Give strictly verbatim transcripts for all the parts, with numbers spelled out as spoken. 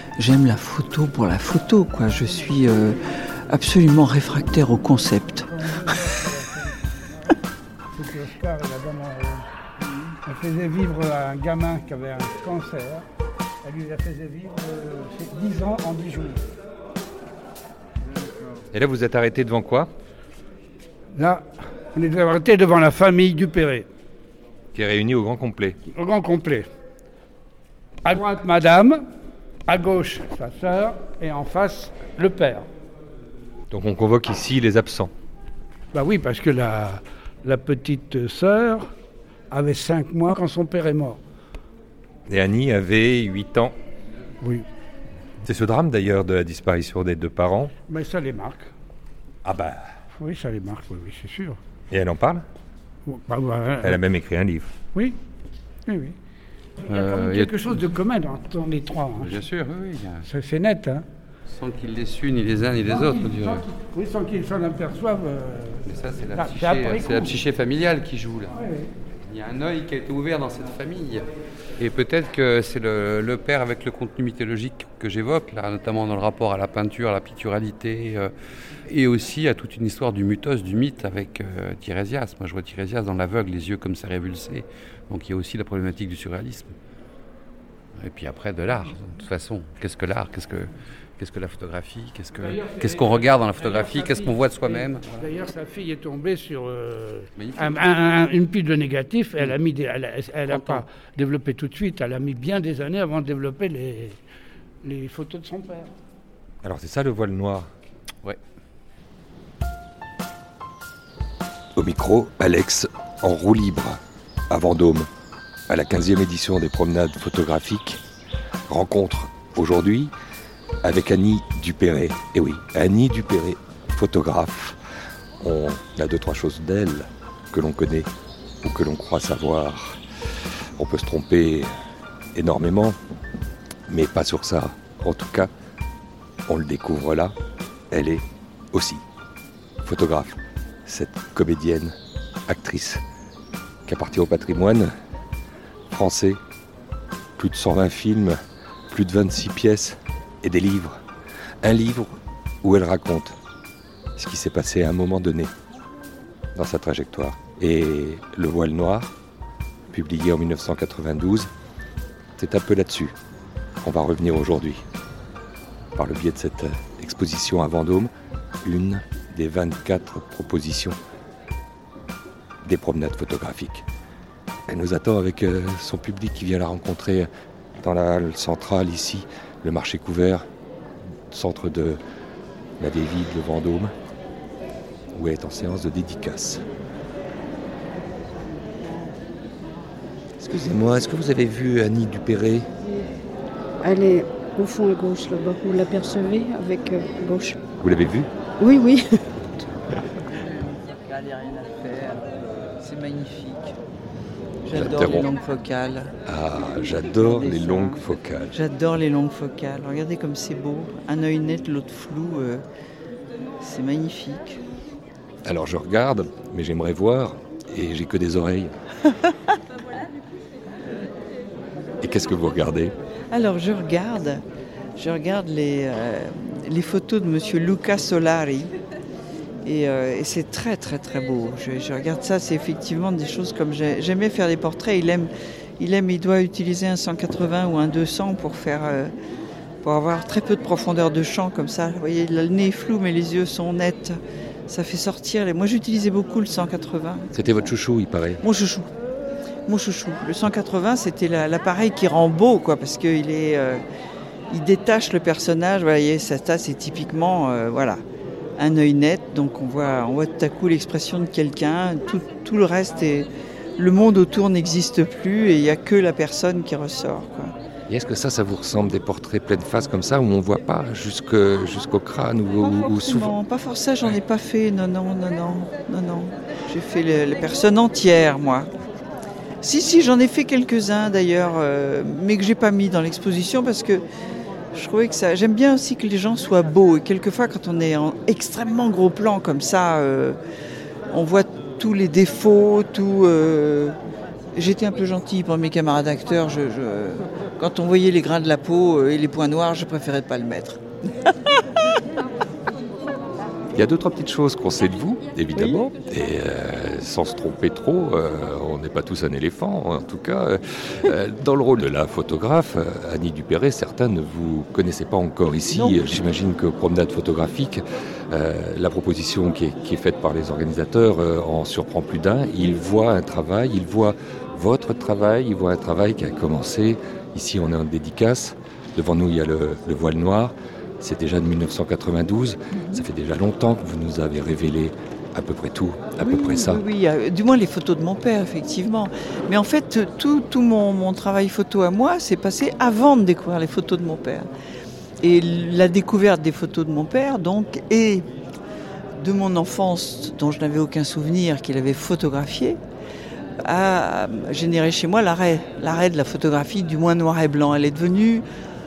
j'aime la photo pour la photo, quoi. Je suis euh, absolument réfractaire au concept. C'était Oscar et la dame en rouge. Elle faisait vivre un gamin qui avait un cancer. Elle lui la faisait vivre euh, dix ans en dix jours. Et là, vous êtes arrêté devant quoi? Là, on est arrêté devant la famille Dupéré. Qui est réunie au grand complet. Au grand complet. À droite, madame. À gauche, sa sœur. Et en face, le père. Donc on convoque ici les absents. Bah oui, parce que la, la petite sœur avait cinq mois quand son père est mort. Et Annie avait huit ans. Oui. C'est ce drame d'ailleurs de la disparition des deux parents. Mais ça les marque. Ah bah... Oui, ça les marque, oui, oui, c'est sûr. Et elle en parle? Bah, bah, Elle a même écrit un livre. Oui, oui, oui. Il y a quand même Euh, quelque il y a... chose de commun dans, dans les trois. Hein. Bien sûr, oui, oui. Ça, c'est net, hein. Sans qu'ils les suent ni les uns ni les Sans autres. qu'ils- on dirait. sans qu'ils- oui, sans qu'ils s'en aperçoivent. Euh... Mais ça, c'est la, Là, psyché, c'est après c'est la coup. psyché familiale qui joue là. Oui, oui. Il y a un œil qui a été ouvert dans cette famille. Et peut-être que c'est le, le père avec le contenu mythologique que j'évoque, là, notamment dans le rapport à la peinture, à la picturalité, euh, et aussi à toute une histoire du mythos, du mythe avec euh, Tirésias. Moi, je vois Tirésias dans l'aveugle, les yeux comme ça révulsés. Donc il y a aussi la problématique du surréalisme. Et puis après, de l'art, de toute façon. Qu'est-ce que l'art? Qu'est-ce que, qu'est-ce que la photographie? Qu'est-ce, que, qu'est-ce qu'on regarde dans la photographie? Qu'est-ce qu'on voit de soi-même? D'ailleurs, sa fille est tombée sur euh, Magnifique. un, un, un, une pile de négatifs. Elle a mis, des, elle, a, elle a pas développé tout de suite. Elle a mis bien des années avant de développer les, les photos de son père. Alors c'est ça le voile noir. Ouais. Au micro, Alex, en roue libre, à Vendôme, à la quinzième édition des promenades photographiques. Rencontre aujourd'hui avec Annie Dupéré. Et oui, Annie Dupéré, photographe. On a deux, trois choses d'elle que l'on connaît ou que l'on croit savoir. On peut se tromper énormément, mais pas sur ça. En tout cas, on le découvre là. Elle est aussi photographe. Cette comédienne, actrice, qui appartient au patrimoine français. Plus de cent vingt films, plus de vingt-six pièces et des livres. Un livre où elle raconte ce qui s'est passé à un moment donné dans sa trajectoire. Et Le voile noir, publié en dix-neuf cent quatre-vingt-douze, c'est un peu là-dessus qu'on va revenir aujourd'hui. Par le biais de cette exposition à Vendôme, une des vingt-quatre propositions des promenades photographiques. Elle nous attend avec euh, son public qui vient la rencontrer dans la halle centrale ici, le marché couvert, centre de la vieille ville de Vendôme, où elle est en séance de dédicace. Excusez-moi, est-ce que vous avez vu Annie Dupéré? Elle est au fond à gauche là-bas. Vous l'apercevez avec euh, gauche? Vous l'avez vue? Oui, oui. Il n'y a rien à faire. C'est magnifique. J'adore les longues focales. Ah, j'adore les longues focales. J'adore les longues focales. Regardez comme c'est beau. Un œil net, l'autre flou. Euh, c'est magnifique. Alors je regarde, mais j'aimerais voir, et j'ai que des oreilles. Et qu'est-ce que vous regardez? Alors je regarde, je regarde les, euh, les photos de Monsieur Luca Solari. Et, euh, et c'est très très très beau. Je, je regarde ça, c'est effectivement des choses comme j'ai, j'aimais faire des portraits. Il aime, il aime, il doit utiliser un cent quatre-vingts ou un deux cents pour faire, euh, pour avoir très peu de profondeur de champ comme ça. Vous voyez, le nez est flou, mais les yeux sont nets. Ça fait sortir. Les... Moi, j'utilisais beaucoup le cent quatre-vingts. C'était votre chouchou, il paraît. Mon chouchou. Mon chouchou. Le cent quatre-vingts, c'était la, l'appareil qui rend beau, quoi, parce qu'il est, euh, il détache le personnage. Vous voyez, ça, c'est typiquement, euh, voilà. Un œil net, donc on voit, on voit tout à coup l'expression de quelqu'un, tout, tout le reste, est, le monde autour n'existe plus et il n'y a que la personne qui ressort, quoi. Et est-ce que ça, ça vous ressemble, des portraits pleine face comme ça, où on ne voit pas jusque, jusqu'au crâne ou, pas ou souvent? Pas forcément, j'en ai pas fait, non, non, non, non, non, non. J'ai fait les, les personnes entières, moi. Si, si, j'en ai fait quelques-uns d'ailleurs, euh, mais que j'ai pas mis dans l'exposition parce que je trouvais que ça... J'aime bien aussi que les gens soient beaux. Et quelquefois, quand on est en extrêmement gros plan comme ça, euh, on voit tous les défauts, tout... Euh... j'étais un peu gentille pour mes camarades acteurs. Je, je, quand on voyait les grains de la peau et les points noirs, je préférais pas le mettre. Il y a deux, trois petites choses qu'on sait de vous, évidemment, oui. et euh, sans se tromper trop, euh, on n'est pas tous un éléphant, en tout cas. Euh, dans le rôle de la photographe, Annie Dupéré, certains ne vous connaissaient pas encore ici. Non. J'imagine que Promenade photographique, euh, la proposition qui est, qui est faite par les organisateurs euh, en surprend plus d'un. Ils voient un travail, ils voient votre travail, ils voient un travail qui a commencé. Ici, on est en dédicace. Devant nous, il y a le, le voile noir. C'est déjà de dix-neuf cent quatre-vingt-douze, mmh. Ça fait déjà longtemps que vous nous avez révélé à peu près tout, à oui, peu près ça. Oui, oui, du moins les photos de mon père, effectivement. Mais en fait, tout, tout mon, mon travail photo à moi s'est passé avant de découvrir les photos de mon père. Et la découverte des photos de mon père, donc, et de mon enfance, dont je n'avais aucun souvenir qu'il avait photographié, a généré chez moi l'arrêt, l'arrêt de la photographie, du moins noir et blanc. Elle est devenue,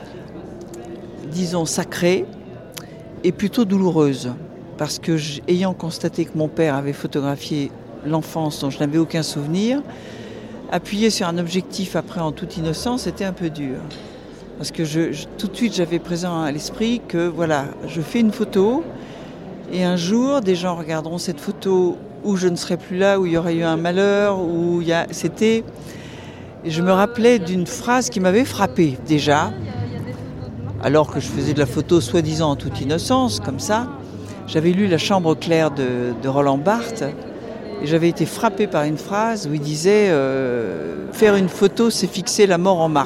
disons, sacrée et plutôt douloureuse. Parce que, ayant constaté que mon père avait photographié l'enfance dont je n'avais aucun souvenir, appuyer sur un objectif après en toute innocence, c'était un peu dur. Parce que je, je, tout de suite, j'avais présent à l'esprit que, voilà, je fais une photo et un jour, des gens regarderont cette photo où je ne serai plus là, où il y aurait eu un malheur, où il y a... C'était... Et je me rappelais d'une phrase qui m'avait frappée, déjà, alors que je faisais de la photo soi-disant en toute innocence, comme ça. J'avais lu La Chambre claire de, de Roland Barthes et j'avais été frappée par une phrase où il disait euh, « Faire une photo, c'est fixer la mort en marche ».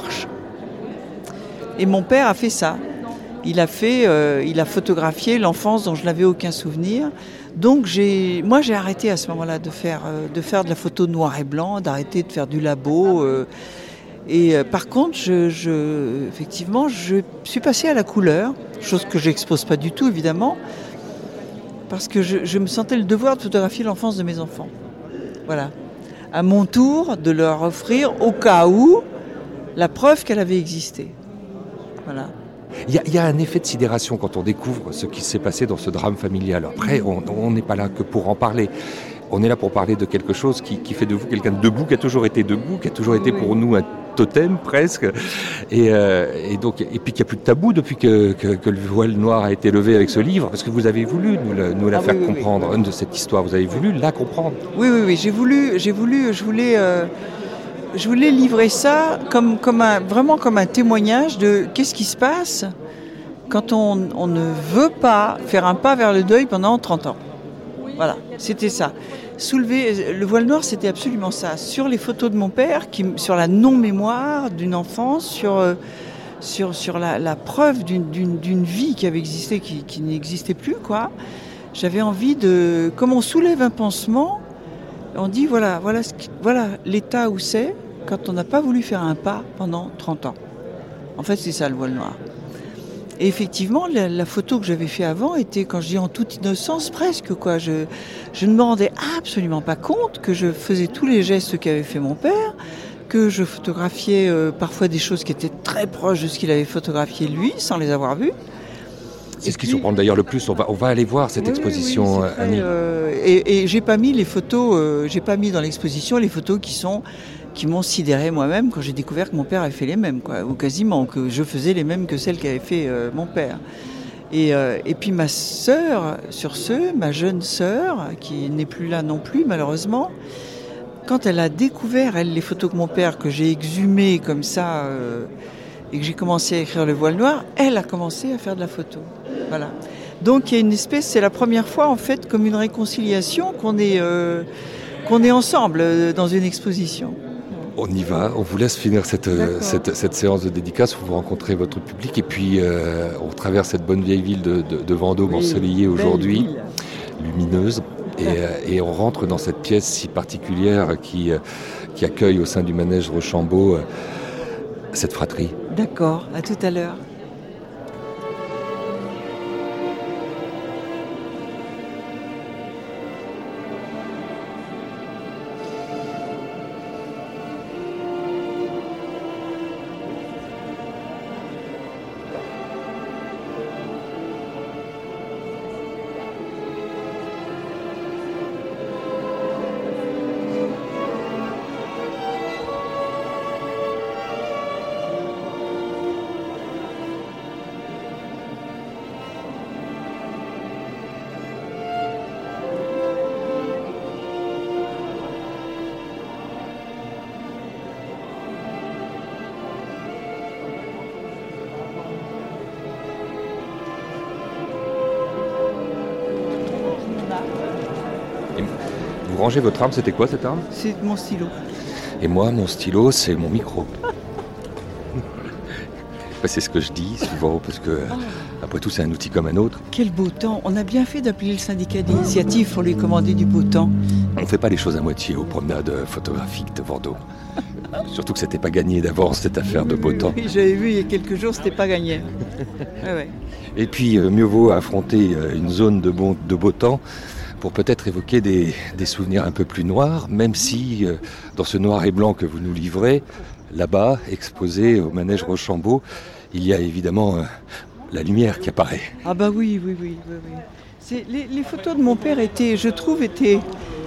Et mon père a fait ça. Il a, fait, euh, il a photographié l'enfance dont je n'avais aucun souvenir. Donc j'ai, moi j'ai arrêté à ce moment-là de faire, euh, de faire de la photo noir et blanc, d'arrêter de faire du labo. Euh, Et euh, par contre, je, je, effectivement, je suis passée à la couleur, chose que je n'expose pas du tout, évidemment, parce que je, je me sentais le devoir de photographier l'enfance de mes enfants. Voilà. À mon tour, de leur offrir, au cas où, la preuve qu'elle avait existé. Voilà. Il y, a, il y a un effet de sidération quand on découvre ce qui s'est passé dans ce drame familial. Après, on n'est pas là que pour en parler. On est là pour parler de quelque chose qui, qui fait de vous quelqu'un de debout, qui a toujours été debout, qui a toujours été pour nous un totem presque. Et, euh, et, donc, et puis qu'il n'y a plus de tabou depuis que, que, que le voile noir a été levé avec ce livre, parce que vous avez voulu nous la, nous la ah, faire oui, oui, comprendre, oui. de cette histoire. Vous avez voulu la comprendre. Oui, oui, oui. J'ai voulu, j'ai voulu, je voulais, euh, je voulais livrer ça comme, comme un, vraiment comme un témoignage de qu'est-ce qui se passe quand on, on ne veut pas faire un pas vers le deuil pendant trente ans. Voilà, c'était ça. Soulever le voile noir, c'était absolument ça. Sur les photos de mon père, qui, sur la non-mémoire d'une enfance, sur, euh, sur, sur la, la preuve d'une, d'une, d'une vie qui avait existé, qui, qui n'existait plus, quoi. J'avais envie de... Comme on soulève un pansement, on dit, voilà, voilà, ce qui, voilà l'état où c'est quand on n'a pas voulu faire un pas pendant trente ans. En fait, c'est ça, le voile noir. Et effectivement, la, la photo que j'avais fait avant était, quand je dis en toute innocence, presque, quoi. Je, je ne me rendais absolument pas compte que je faisais tous les gestes qu'avait fait mon père, que je photographiais euh, parfois des choses qui étaient très proches de ce qu'il avait photographié lui, sans les avoir vues. C'est et ce qui surprend d'ailleurs le plus. On va, on va aller voir cette oui, exposition, oui, oui, Annie. Euh, et, et j'ai pas mis les photos, euh, j'ai pas mis dans l'exposition les photos qui sont qui m'ont sidéré moi-même quand j'ai découvert que mon père avait fait les mêmes, quoi, ou quasiment, que je faisais les mêmes que celles qu'avait fait euh, mon père. Et, euh, et puis ma sœur, sur ce, ma jeune sœur, qui n'est plus là non plus malheureusement, quand elle a découvert, elle, les photos de mon père que j'ai exhumées comme ça, euh, et que j'ai commencé à écrire le voile noir, elle a commencé à faire de la photo. Voilà. Donc il y a une espèce, c'est la première fois en fait, comme une réconciliation qu'on est, euh, qu'on est ensemble euh, dans une exposition. On y va, on vous laisse finir cette, cette, cette séance de dédicace où vous rencontrez votre public et puis euh, on traverse cette bonne vieille ville de, de, de Vendôme, oui, ensoleillée aujourd'hui, lumineuse, et, euh, et on rentre dans cette pièce si particulière qui, euh, qui accueille au sein du manège Rochambeau euh, cette fratrie. D'accord, à tout à l'heure. Vous rangez votre arme, c'était quoi cette arme ? C'est mon stylo. Et moi, mon stylo, c'est mon micro. Bah, c'est ce que je dis souvent, parce que, oh. après tout, c'est un outil comme un autre. Quel beau temps. On a bien fait d'appeler le syndicat d'initiative pour lui commander du beau temps. On ne fait pas les choses à moitié aux promenades photographiques de Vendôme. Surtout que c'était pas gagné d'avance, cette affaire de beau temps. Oui, j'avais vu il y a quelques jours, c'était pas gagné. Ouais, ouais. Et puis, mieux vaut affronter une zone de, bon, de beau temps pour peut-être évoquer des, des souvenirs un peu plus noirs, même si, dans ce noir et blanc que vous nous livrez, là-bas, exposé au manège Rochambeau, il y a évidemment euh, la lumière qui apparaît. Ah bah oui, oui, oui. oui, oui. C'est, les, les photos de mon père étaient, je trouve, étaient...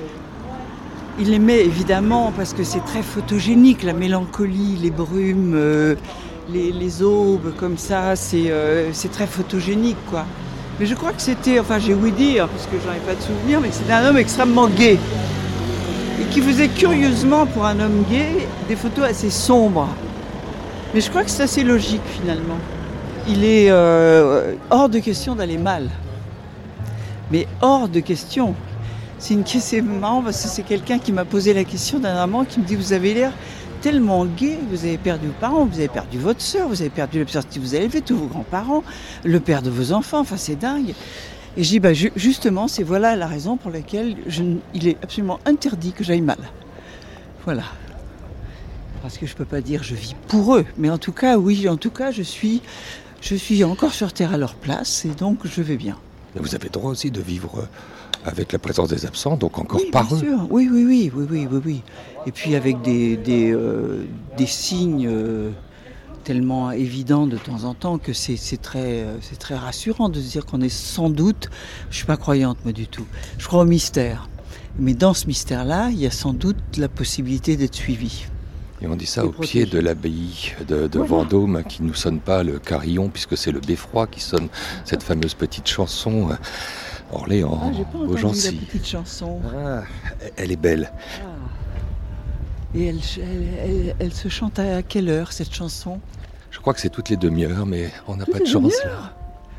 Il aimait évidemment parce que c'est très photogénique, la mélancolie, les brumes, euh, les, les aubes comme ça, c'est, euh, c'est très photogénique quoi. Mais je crois que c'était, enfin j'ai ouï dire, parce que j'en ai pas de souvenir, mais que c'était un homme extrêmement gai. Et qui faisait curieusement pour un homme gai des photos assez sombres. Mais je crois que c'est assez logique finalement. Il est euh, hors de question d'aller mal. Mais hors de question. C'est une question marrant parce que c'est quelqu'un qui m'a posé la question dernièrement qui me dit vous avez l'air tellement gai, vous avez perdu vos parents, vous avez perdu votre sœur, vous avez perdu la personne qui vous a élevé, tous vos grands-parents, le père de vos enfants, enfin c'est dingue. Et je dis bah, ju- justement c'est voilà la raison pour laquelle je, il est absolument interdit que j'aille mal. Voilà. Parce que je peux pas dire je vis pour eux, mais en tout cas oui, en tout cas je suis, je suis encore sur terre à leur place et donc je vais bien. Vous avez le droit aussi de vivre avec la présence des absents, donc encore oui, par bien eux. Sûr. Oui, oui, oui, oui, oui, oui, oui. Et puis avec des, des, euh, des signes euh, tellement évidents de temps en temps que c'est, c'est, très, c'est très rassurant de se dire qu'on est sans doute, je ne suis pas croyante moi du tout, je crois au mystère. Mais dans ce mystère-là, il y a sans doute la possibilité d'être suivi. Et on dit ça au pied de l'abbaye de, de voilà. Vendôme, qui ne nous sonne pas le carillon, puisque c'est le beffroi qui sonne cette fameuse petite chanson euh, Orléans, ah, j'ai pas entendu Beaugency. La petite chanson. Ah, elle est belle. Ah. Et elle, elle, elle, elle se chante à quelle heure cette chanson ? Je crois que c'est toutes les demi-heures, mais on n'a pas de chance là.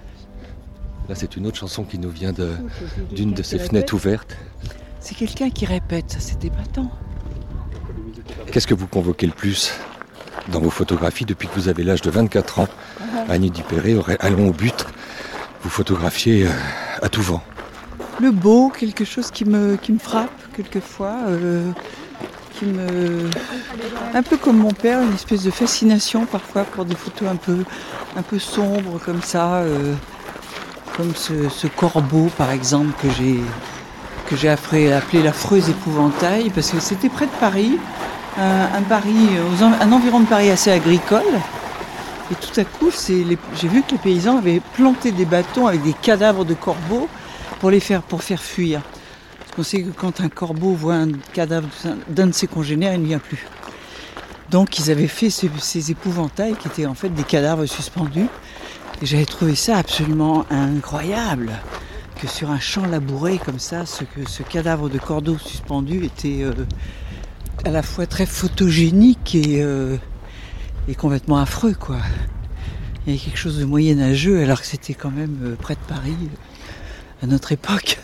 Là, c'est une autre chanson qui nous vient de, d'une de ces fenêtres ouvertes. C'est quelqu'un qui répète, ça c'est épatant. Qu'est-ce que vous convoquez le plus dans vos photographies depuis que vous avez l'âge de vingt-quatre ans ? uh-huh. Annie Dupéré, allons au but. Vous photographiez euh, à tout vent. Le beau, quelque chose qui me, qui me frappe quelquefois, euh, qui me... un peu comme mon père, une espèce de fascination parfois pour des photos un peu, un peu sombres comme ça, euh, comme ce, ce corbeau par exemple que j'ai, que j'ai appelé, appelé l'affreux épouvantail, parce que c'était près de Paris. Un, un Paris, un environ de Paris assez agricole. Et tout à coup, c'est les, j'ai vu que les paysans avaient planté des bâtons avec des cadavres de corbeaux pour les faire, pour faire fuir. Parce qu'on sait que quand un corbeau voit un cadavre d'un de ses congénères, il n'y vient plus. Donc ils avaient fait ces, ces épouvantails qui étaient en fait des cadavres suspendus. Et j'avais trouvé ça absolument incroyable. Que sur un champ labouré comme ça, ce, que ce cadavre de corbeau suspendu était... Euh, à la fois très photogénique et, euh, et complètement affreux, quoi. Il y a quelque chose de moyenâgeux, alors que c'était quand même euh, près de Paris, euh, à notre époque.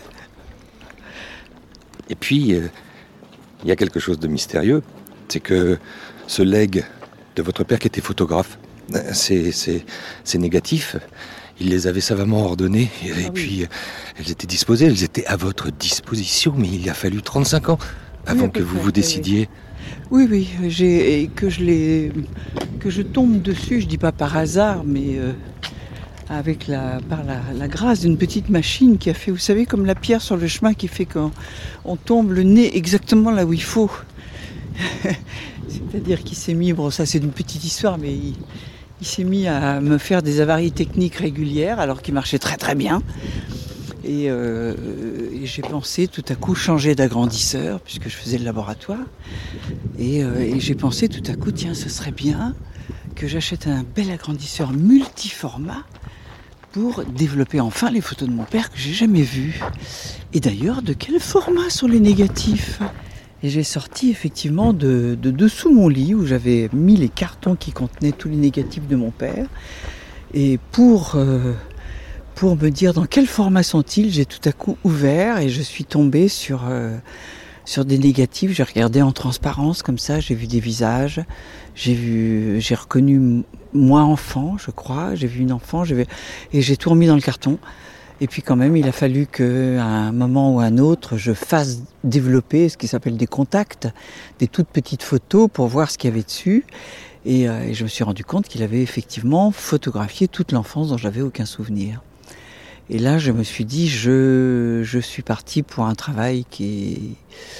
Et puis, euh, il y a quelque chose de mystérieux, c'est que ce legs de votre père qui était photographe, ces, ces, ces négatifs, il les avait savamment ordonnés, et, ah, et puis oui. euh, elles étaient disposées, elles étaient à votre disposition, mais il a fallu trente-cinq ans. Avant oui, que vous vous décidiez. Oui, oui, j'ai, et que je les, que je tombe dessus, je dis pas par hasard, mais euh, avec la, par la, la grâce d'une petite machine qui a fait, vous savez, comme la pierre sur le chemin qui fait qu'on on tombe le nez exactement là où il faut. C'est-à-dire qu'il s'est mis, bon ça c'est une petite histoire, mais il, il s'est mis à me faire des avaries techniques régulières alors qu'il marchait très très bien. Et, euh, et j'ai pensé tout à coup changer d'agrandisseur puisque je faisais le laboratoire et, euh, et j'ai pensé tout à coup tiens ce serait bien que j'achète un bel agrandisseur multiformat pour développer enfin les photos de mon père que j'ai jamais vues. Et d'ailleurs de quel format sont les négatifs ? Et j'ai sorti effectivement de, de dessous mon lit où j'avais mis les cartons qui contenaient tous les négatifs de mon père et pour... Euh, Pour me dire dans quel format sont-ils, j'ai tout à coup ouvert et je suis tombée sur, euh, sur des négatifs, j'ai regardé en transparence comme ça, j'ai vu des visages, j'ai vu, j'ai reconnu moi enfant, je crois, j'ai vu une enfant, j'ai vu, et j'ai tout remis dans le carton. Et puis quand même, il a fallu qu'à un moment ou à un autre, je fasse développer ce qui s'appelle des contacts, des toutes petites photos pour voir ce qu'il y avait dessus. Et, euh, et je me suis rendu compte qu'il avait effectivement photographié toute l'enfance dont j'avais aucun souvenir. Et là, je me suis dit, je, je suis partie pour un travail qui est...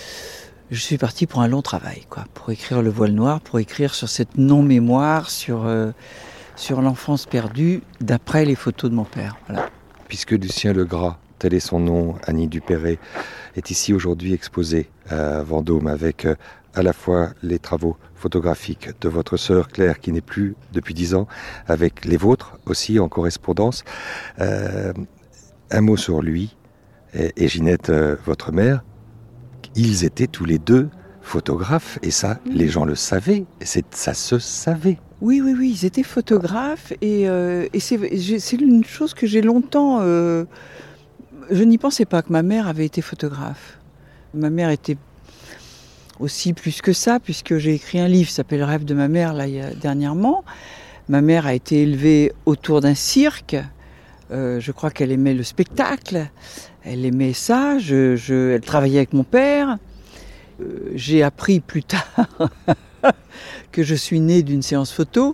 Je suis partie pour un long travail, quoi, pour écrire Le Voile Noir, pour écrire sur cette non-mémoire, sur, euh, sur l'enfance perdue, d'après les photos de mon père. Voilà. Puisque Lucien Legras, tel est son nom, Annie Dupéré, est ici aujourd'hui exposée à Vendôme avec euh, à la fois les travaux photographiques de votre sœur Claire, qui n'est plus depuis dix ans, avec les vôtres aussi en correspondance. Euh, un mot sur lui et, et Ginette, euh, votre mère. Ils étaient tous les deux photographes et ça, les gens le savaient, c'est, ça se savait. Oui, oui, oui, ils étaient photographes et, euh, et c'est, c'est une chose que j'ai longtemps... Euh, je n'y pensais pas que ma mère avait été photographe. Ma mère était aussi plus que ça, puisque j'ai écrit un livre qui s'appelle « Le rêve de ma mère » là, il y a, dernièrement. Ma mère a été élevée autour d'un cirque. Euh, je crois qu'elle aimait le spectacle. Elle aimait ça. Je, je, elle travaillait avec mon père. Euh, j'ai appris plus tard que je suis née d'une séance photo,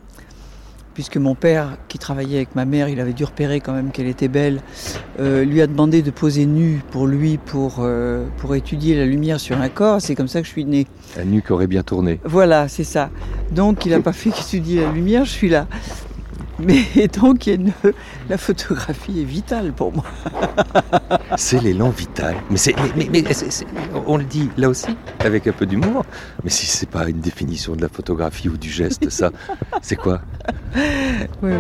puisque mon père, qui travaillait avec ma mère, il avait dû repérer quand même qu'elle était belle, euh, lui a demandé de poser nue pour lui, pour, euh, pour étudier la lumière sur un corps. C'est comme ça que je suis née. La nuque aurait bien tourné. Voilà, c'est ça. Donc il n'a pas fait qu'étudier la lumière, je suis là. Mais donc il y a une... la photographie est vitale pour moi. C'est l'élan vital. Mais, c'est, mais, mais, mais c'est, c'est, on le dit là aussi, avec un peu d'humour. Mais si c'est pas une définition de la photographie ou du geste, ça, c'est quoi ? Oui, oui.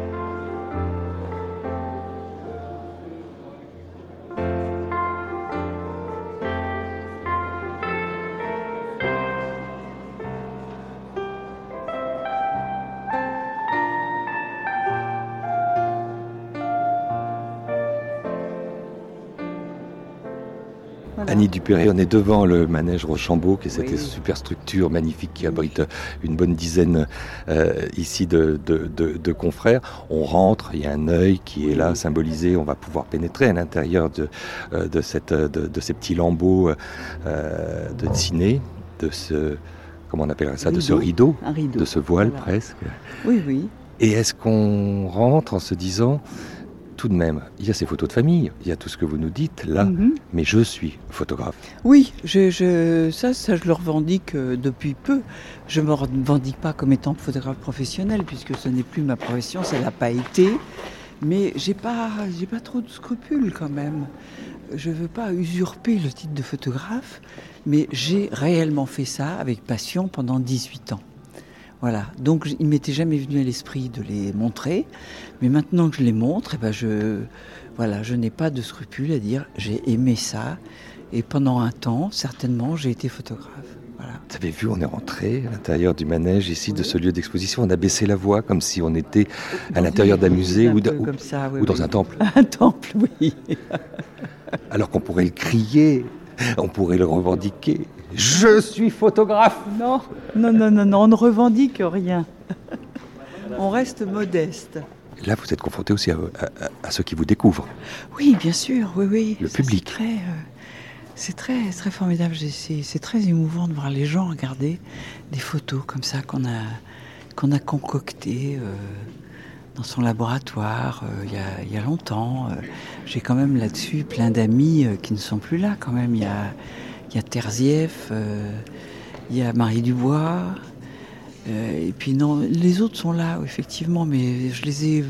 Voilà. Annie Dupéré, on est devant le manège Rochambeau, qui est cette oui. super structure magnifique qui abrite une bonne dizaine euh, ici de, de, de, de confrères. On rentre, il y a un œil qui est là, symbolisé. On va pouvoir pénétrer à l'intérieur de, de, cette, de, de ces petits lambeaux euh, de ciné, de ce, comment on appellerait ça, rideau. de ce rideau, Un rideau, de ce voile voilà. presque. Oui, oui. Et est-ce qu'on rentre en se disant... Tout de même, il y a ces photos de famille, il y a tout ce que vous nous dites là, Mm-hmm. mais je suis photographe. Oui, je, je, ça, ça, je le revendique euh, depuis peu. Je ne me revendique pas comme étant photographe professionnel, puisque ce n'est plus ma profession, ça ne l'a pas été. Mais je n'ai pas, j'ai pas trop de scrupules quand même. Je ne veux pas usurper le titre de photographe, mais j'ai réellement fait ça avec passion pendant dix-huit ans. Voilà, donc il ne m'était jamais venu à l'esprit de les montrer, mais maintenant que je les montre, eh ben je, voilà, je n'ai pas de scrupule à dire j'ai aimé ça, et pendant un temps, certainement, j'ai été photographe. Voilà. Vous avez vu, on est rentré à l'intérieur du manège ici, oui. de ce lieu d'exposition, on a baissé la voix comme si on était à dans l'intérieur d'un musée ou, ou, ça, oui, ou dans oui. un temple. Un temple, oui. Alors qu'on pourrait le crier, on pourrait le revendiquer. Je suis photographe. Non, non, non, non, non, on ne revendique rien. On reste modeste. Là, vous êtes confronté aussi à, à, à ceux qui vous découvrent. Oui, bien sûr, oui, oui. Le Ça, public. C'est très, euh, c'est très, très formidable. C'est, c'est très émouvant de voir les gens regarder des photos comme ça qu'on a, qu'on a concoctées euh, dans son laboratoire euh, il y a, il y a longtemps. Euh, j'ai quand même là-dessus plein d'amis euh, qui ne sont plus là quand même. Il y a... Il y a Terzieff, euh, il y a Marie Dubois, euh, et puis non, les autres sont là, effectivement, mais je les ai...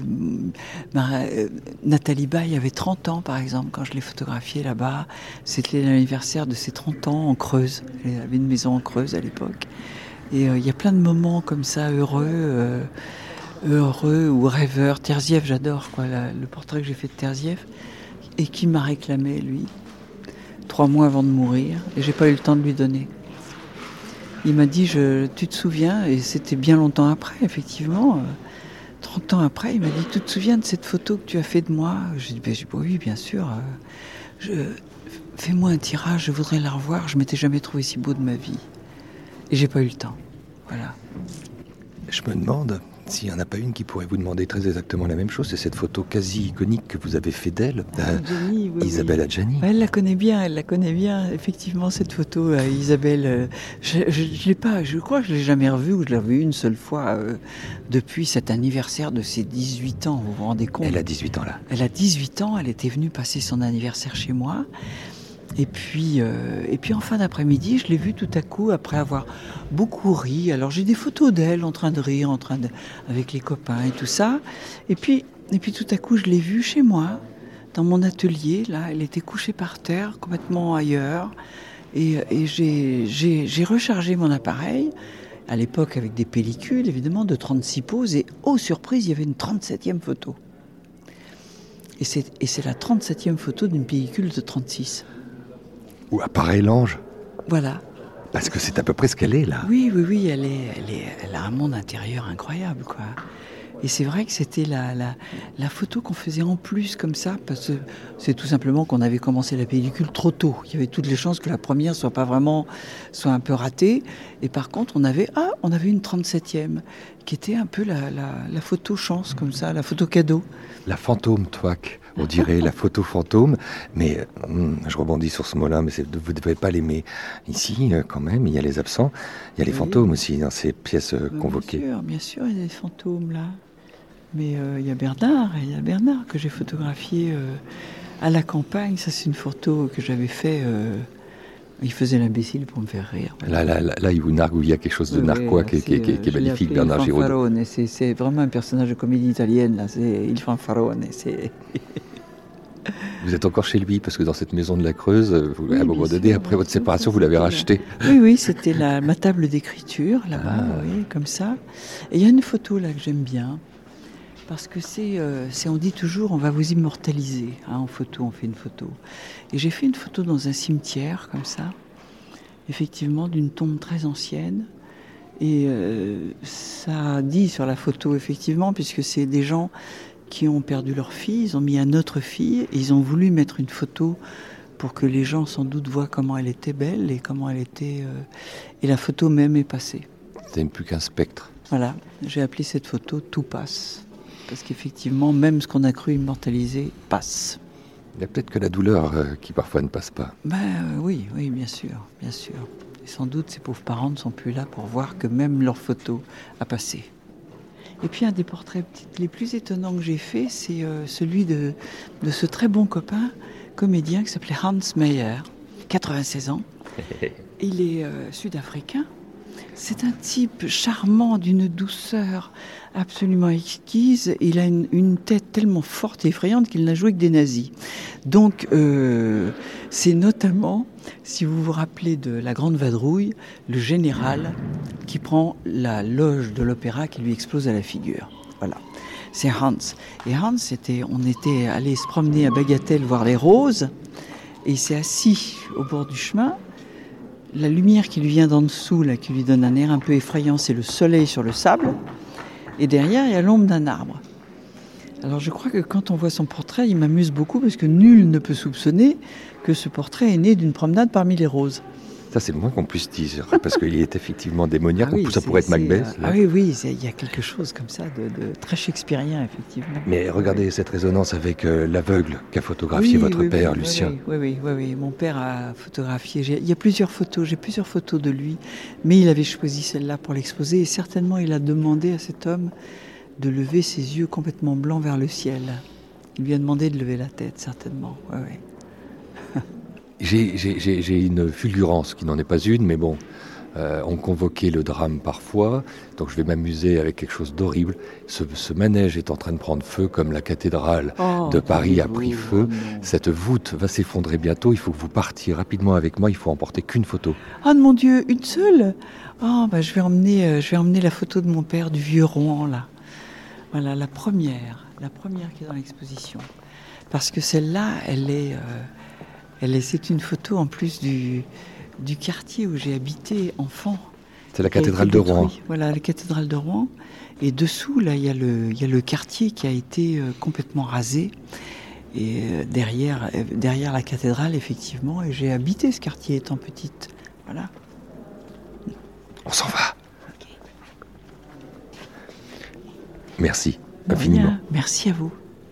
Euh, Nathalie Baye avait trente ans, par exemple, quand je l'ai photographiée là-bas. C'était l'anniversaire de ses trente ans en Creuse. Elle avait une maison en Creuse à l'époque. Et euh, il y a plein de moments comme ça, heureux, euh, heureux ou rêveurs. Terzieff, j'adore, quoi, la, le portrait que j'ai fait de Terzieff, et qui m'a réclamé, lui. Trois mois avant de mourir, et j'ai pas eu le temps de lui donner. Il m'a dit, je, tu te souviens, et c'était bien longtemps après, effectivement, euh, trente ans après, il m'a dit, tu te souviens de cette photo que tu as fait de moi ? J'ai dit, ben, oui, bien sûr. Euh, je, fais-moi un tirage, je voudrais la revoir, je m'étais jamais trouvé si beau de ma vie. Et j'ai pas eu le temps. Voilà. Je me demande s'il n'y en a pas une qui pourrait vous demander très exactement la même chose. C'est cette photo quasi iconique que vous avez fait d'elle, euh, Adjani, oui, Isabelle oui. Adjani. Elle la connaît bien, elle la connaît bien. Effectivement, cette photo, euh, Isabelle, euh, je, je, je l'ai pas, je crois que je l'ai jamais revue ou je l'ai revue une seule fois euh, depuis cet anniversaire de ses dix-huit ans. Vous vous rendez compte ? Elle a dix-huit ans là. Elle a dix-huit ans. Elle était venue passer son anniversaire chez moi. Et puis, euh, et puis en fin d'après-midi, je l'ai vue tout à coup après avoir beaucoup ri. Alors j'ai des photos d'elle en train de rire, en train de, avec les copains et tout ça. Et puis, et puis tout à coup, je l'ai vue chez moi, dans mon atelier. Là, elle était couchée par terre, complètement ailleurs. Et, et j'ai, j'ai, j'ai rechargé mon appareil. À l'époque, avec des pellicules, évidemment, de trente-six poses. Et oh surprise, il y avait une trente-septième photo. Et c'est, et c'est la trente-septième photo d'une pellicule de trente-six. Ou appareil l'ange. Voilà. Parce que c'est à peu près ce qu'elle est là. Oui, oui, oui, elle est, elle est, elle a un monde intérieur incroyable, quoi. Et c'est vrai que c'était la, la, la photo qu'on faisait en plus comme ça, parce que c'est tout simplement qu'on avait commencé la pellicule trop tôt. Il y avait toutes les chances que la première soit pas vraiment, soit un peu ratée. Et par contre, on avait, ah, on avait une trente-septième, qui était un peu la, la, la photo chance, comme ça, la photo cadeau. La fantôme, Touac. On dirait la photo fantôme, mais hum, je rebondis sur ce mot-là, mais c'est, vous ne devez pas l'aimer. Ici, euh, quand même, il y a les absents, il y a les oui. fantômes aussi dans ces pièces euh, convoquées. Bien sûr, bien sûr, il y a des fantômes là. Mais euh, il y a Bernard, il y a Bernard que j'ai photographié euh, à la campagne. Ça, c'est une photo que j'avais fait. Euh, il faisait l'imbécile pour me faire rire. Là, là, là, là il vous nargue, il y a quelque chose de oui, narquois qui, qui, qui, qui est magnifique, Bernard Giraudot. C'est, c'est vraiment un personnage de comédie italienne, là. C'est Il Fanfarone. C'est... Vous êtes encore chez lui, parce que dans cette maison de la Creuse, vous, oui, à un moment donné, sûr, après votre séparation, vous l'avez racheté. La... Oui, oui, c'était la, ma table d'écriture, là-bas, ah. oui, comme ça. Et il y a une photo, là, que j'aime bien. Parce que c'est, euh, c'est, on dit toujours, on va vous immortaliser. Hein, en photo, on fait une photo. Et j'ai fait une photo dans un cimetière, comme ça, effectivement, d'une tombe très ancienne. Et euh, ça dit sur la photo, effectivement, puisque c'est des gens qui ont perdu leur fille, ils ont mis un autre fille, et ils ont voulu mettre une photo pour que les gens, sans doute, voient comment elle était belle et comment elle était... Euh, et la photo même est passée. C'est même plus qu'un spectre. Voilà, j'ai appelé cette photo « Tout passe ». Parce qu'effectivement, même ce qu'on a cru immortaliser passe. Il y a peut-être que la douleur euh, qui parfois ne passe pas. Ben euh, oui, oui, bien sûr, bien sûr. Et sans doute, ces pauvres parents ne sont plus là pour voir que même leur photo a passé. Et puis, un des portraits les plus étonnants que j'ai fait, c'est euh, celui de, de ce très bon copain comédien qui s'appelait Hans Meyer, quatre-vingt-seize ans. Il est euh, sud-africain. C'est un type charmant, d'une douceur absolument exquise. Il a une, une tête tellement forte et effrayante qu'il n'a joué que des nazis. Donc, euh, c'est notamment, si vous vous rappelez de La Grande Vadrouille, le général qui prend la loge de l'opéra qui lui explose à la figure. Voilà, c'est Hans. Et Hans, était, on était allé se promener à Bagatelle voir les roses, et il s'est assis au bord du chemin. La lumière qui lui vient d'en dessous, là, qui lui donne un air un peu effrayant, c'est le soleil sur le sable. Et derrière, il y a l'ombre d'un arbre. Alors je crois que quand on voit son portrait, il m'amuse beaucoup parce que nul ne peut soupçonner que ce portrait est né d'une promenade parmi les roses. Ça, c'est le moins qu'on puisse dire, parce qu'il est effectivement démoniaque. Ah oui, ça pourrait être c'est, Macbeth. Ah oui, oui, il y a quelque chose comme ça de, de très shakespearien, effectivement. Mais regardez cette résonance avec euh, l'aveugle qu'a photographié oui, votre oui, père, oui, Lucien. Oui, oui, oui, oui, mon père a photographié. J'ai, il y a plusieurs photos, j'ai plusieurs photos de lui, mais il avait choisi celle-là pour l'exposer, et certainement il a demandé à cet homme de lever ses yeux complètement blancs vers le ciel. Il lui a demandé de lever la tête, certainement. Oui, oui. J'ai, j'ai, j'ai, j'ai une fulgurance qui n'en est pas une, mais bon, euh, on convoquait le drame parfois, donc je vais m'amuser avec quelque chose d'horrible. Ce, ce manège est en train de prendre feu, comme la cathédrale oh, de Paris a pris feu. Oh, cette voûte va s'effondrer bientôt, il faut que vous partiez rapidement avec moi, il faut emporter qu'une photo. Ah, oh, mon Dieu, une seule ? Oh, bah, je vais emmener, euh, je vais emmener la photo de mon père du vieux Rouen, là. Voilà, la première, la première qui est dans l'exposition. Parce que celle-là, elle est... Euh, Elle est, c'est une photo en plus du, du quartier où j'ai habité enfant. C'est la cathédrale de Rouen. Voilà, la cathédrale de Rouen. Et dessous, là, il y a le, il y a le quartier qui a été euh, complètement rasé. et derrière, derrière la cathédrale, effectivement, et j'ai habité ce quartier étant petite. Voilà. On s'en va. Okay. Merci infiniment. Bien, merci à vous.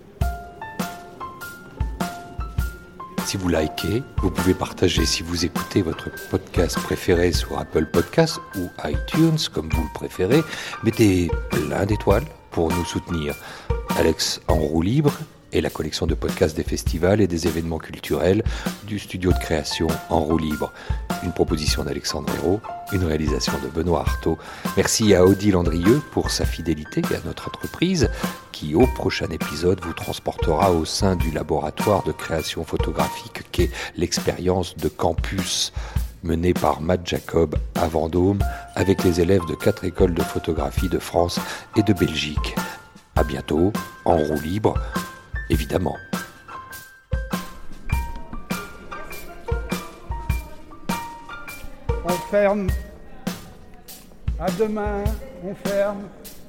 Si vous likez, vous pouvez partager si vous écoutez votre podcast préféré sur Apple Podcasts ou iTunes, comme vous le préférez. Mettez plein d'étoiles pour nous soutenir. Alex en roue libre et la collection de podcasts des festivals et des événements culturels du studio de création En roue libre. Une proposition d'Alexandre Hérault, une réalisation de Benoît Artaud. Merci à Odile Andrieux pour sa fidélité à notre entreprise qui, au prochain épisode, vous transportera au sein du laboratoire de création photographique qu'est l'expérience de campus menée par Matt Jacob à Vendôme avec les élèves de quatre écoles de photographie de France et de Belgique. À bientôt, en roue libre, évidemment. On ferme. À demain, on ferme.